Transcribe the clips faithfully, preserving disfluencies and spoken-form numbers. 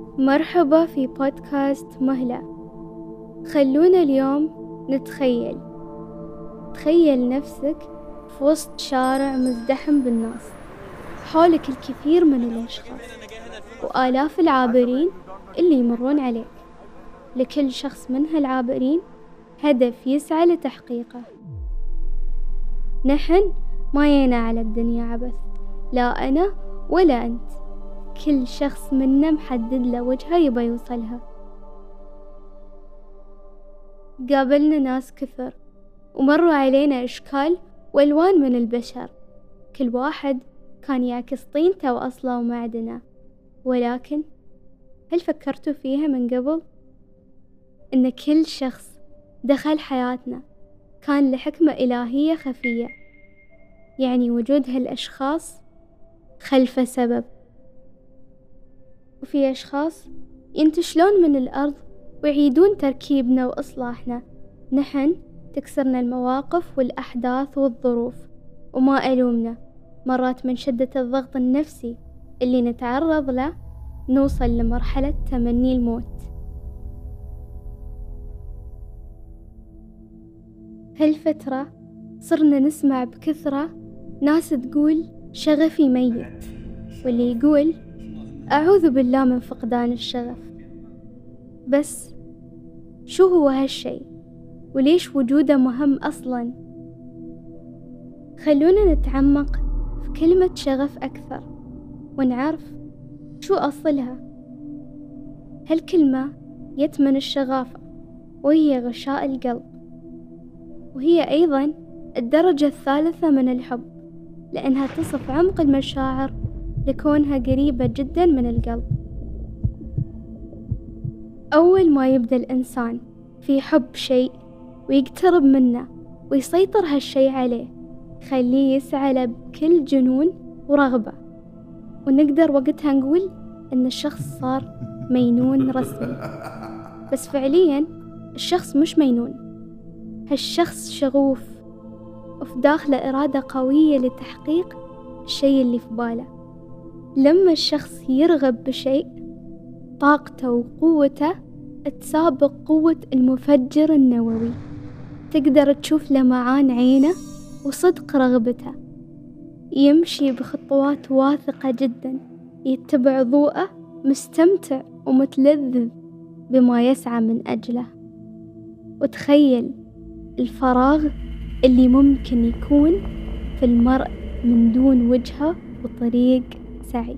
مرحبا في بودكاست مهلة. خلونا اليوم نتخيل تخيل نفسك في وسط شارع مزدحم بالناس، حولك الكثير من الأشخاص وآلاف العابرين اللي يمرون عليك. لكل شخص من هالعابرين هدف يسعى لتحقيقه. نحن ما جينا على الدنيا عبث، لا أنا ولا أنت، كل شخص منا محدد له وجهة يبى يوصلها. قابلنا ناس كثر ومروا علينا أشكال وألوان من البشر، كل واحد كان يعكس طينته وأصله ومعدنه. ولكن هل فكرتوا فيها من قبل؟ إن كل شخص دخل حياتنا كان لحكمة إلهية خفية، يعني وجود هالأشخاص خلف سبب. وفي أشخاص ينتشلون من الأرض ويعيدون تركيبنا وإصلاحنا. نحن تكسرنا المواقف والأحداث والظروف وما ألومنا، مرات من شدة الضغط النفسي اللي نتعرض له نوصل لمرحلة تمني الموت. هالفترة صرنا نسمع بكثرة ناس تقول شغفي ميت، واللي يقول أعوذ بالله من فقدان الشغف. بس شو هو هالشي وليش وجوده مهم أصلا؟ خلونا نتعمق في كلمة شغف أكثر ونعرف شو أصلها. هالكلمة جت من الشغافة، وهي غشاء القلب، وهي أيضا الدرجة الثالثة من الحب، لأنها تصف عمق المشاعر لكونها قريبة جدا من القلب. أول ما يبدأ الإنسان في حب شيء ويقترب منه ويسيطر هالشي عليه، خليه يسعى له بكل جنون ورغبة، ونقدر وقتها نقول إن الشخص صار مينون رسمي. بس فعليا الشخص مش مينون، هالشخص شغوف وفي داخله إرادة قوية لتحقيق الشيء اللي في باله. لما الشخص يرغب بشيء، طاقته وقوته تسابق قوة المفجر النووي، تقدر تشوف لمعان عينه وصدق رغبته. يمشي بخطوات واثقة جدا، يتبع ضوءه، مستمتع ومتلذذ بما يسعى من أجله. وتخيل الفراغ اللي ممكن يكون في المرء من دون وجهة وطريق سعي.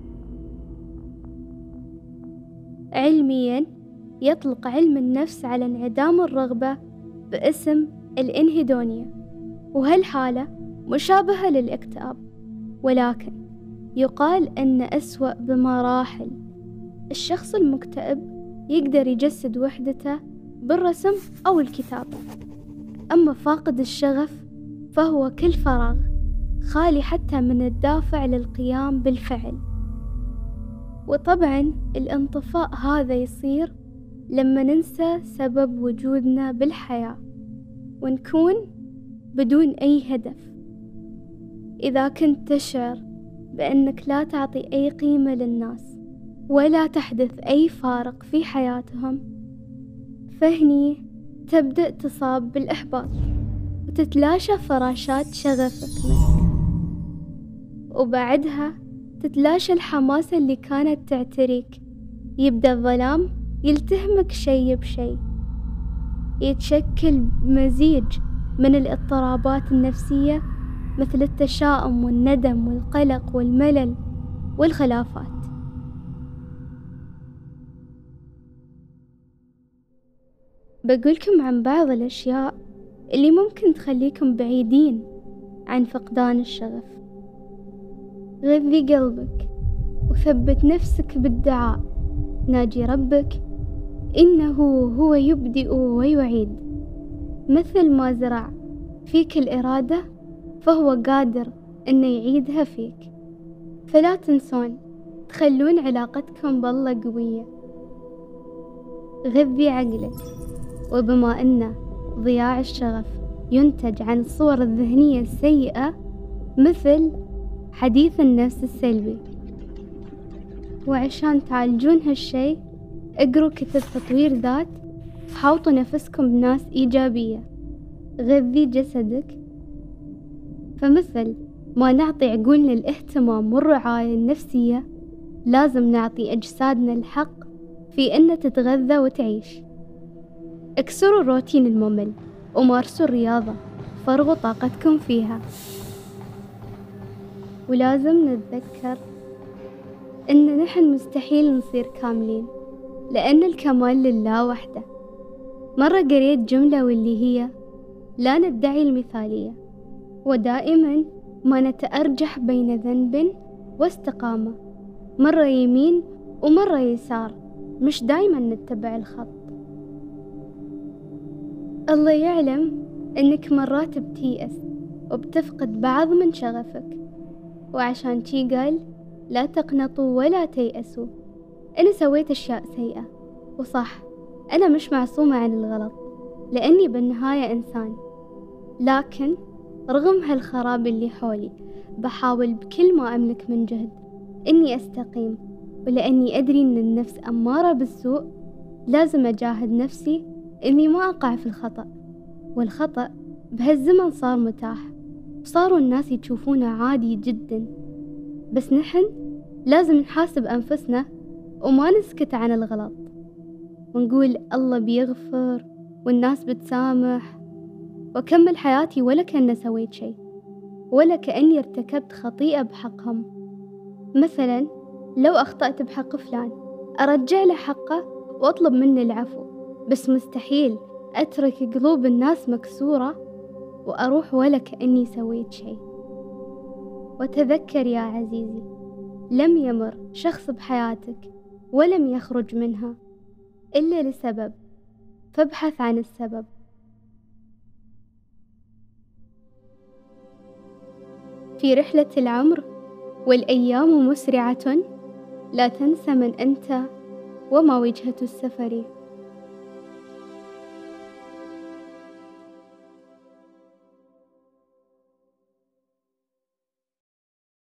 علميا يطلق علم النفس على انعدام الرغبة باسم الانهيدونيا، وهالحالة مشابهة للاكتئاب، ولكن يقال أن أسوأ بمراحل. الشخص المكتئب يقدر يجسد وحدته بالرسم أو الكتابة، أما فاقد الشغف فهو كل فراغ، خالي حتى من الدافع للقيام بالفعل. وطبعا الانطفاء هذا يصير لما ننسى سبب وجودنا بالحياة ونكون بدون أي هدف. إذا كنت تشعر بأنك لا تعطي أي قيمة للناس ولا تحدث أي فارق في حياتهم، فهني تبدأ تصاب بالإحباط وتتلاشى فراشات شغفك منك، وبعدها تتلاشى الحماسة اللي كانت تعتريك. يبدأ الظلام يلتهمك شيء بشيء، يتشكل مزيج من الاضطرابات النفسية مثل التشاؤم والندم والقلق والملل والخلافات. بقولكم عن بعض الأشياء اللي ممكن تخليكم بعيدين عن فقدان الشغف. غذي قلبك وثبت نفسك بالدعاء، ناجي ربك إنه هو يبدئ ويعيد. مثل ما زرع فيك الإرادة فهو قادر إنه يعيدها فيك. فلا تنسون تخلون علاقتكم بالله قوية. غذي عقلك، وبما أن ضياع الشغف ينتج عن الصور الذهنية السيئة مثل حديث النفس السلبي، وعشان تعالجون هالشي اقروا كتب تطوير ذات، حاوطوا نفسكم بناس إيجابية، غذي جسدك. فمثل ما نعطي عقولنا الاهتمام والرعاية النفسية، لازم نعطي أجسادنا الحق في أن تتغذى وتعيش. اكسروا الروتين الممل ومارسوا الرياضة، فرغوا طاقتكم فيها. ولازم نتذكر إن نحن مستحيل نصير كاملين، لأن الكمال لله وحده. مرة قريت جملة واللي هي: لا ندعي المثالية، ودائما ما نتأرجح بين ذنب واستقامة، مرة يمين ومرة يسار، مش دايما نتبع الخط. الله يعلم إنك مرات بتيأس وبتفقد بعض من شغفك، وعشان شي قال: لا تقنطوا ولا تيأسوا. أنا سويت أشياء سيئة، وصح أنا مش معصومة عن الغلط، لأني بالنهاية إنسان. لكن رغم هالخراب اللي حولي، بحاول بكل ما أملك من جهد إني أستقيم، ولأني أدري إن النفس أمارة بالسوء، لازم أجاهد نفسي إني ما أقع في الخطأ. والخطأ بهالزمن صار متاح، وصاروا الناس يشوفونه عادي جدا. بس نحن لازم نحاسب أنفسنا وما نسكت عن الغلط، ونقول الله بيغفر والناس بتسامح، وأكمل حياتي ولا كأني سويت شيء، ولا كأني ارتكبت خطيئة بحقهم. مثلا لو أخطأت بحق فلان، أرجع له حقه وأطلب منه العفو، بس مستحيل أترك قلوب الناس مكسورة وأروح ولا كأني سويت شيء. وتذكر يا عزيزي، لم يمر شخص بحياتك ولم يخرج منها إلا لسبب، فابحث عن السبب. في رحلة العمر والأيام مسرعة، لا تنس من أنت وما وجهة السفر.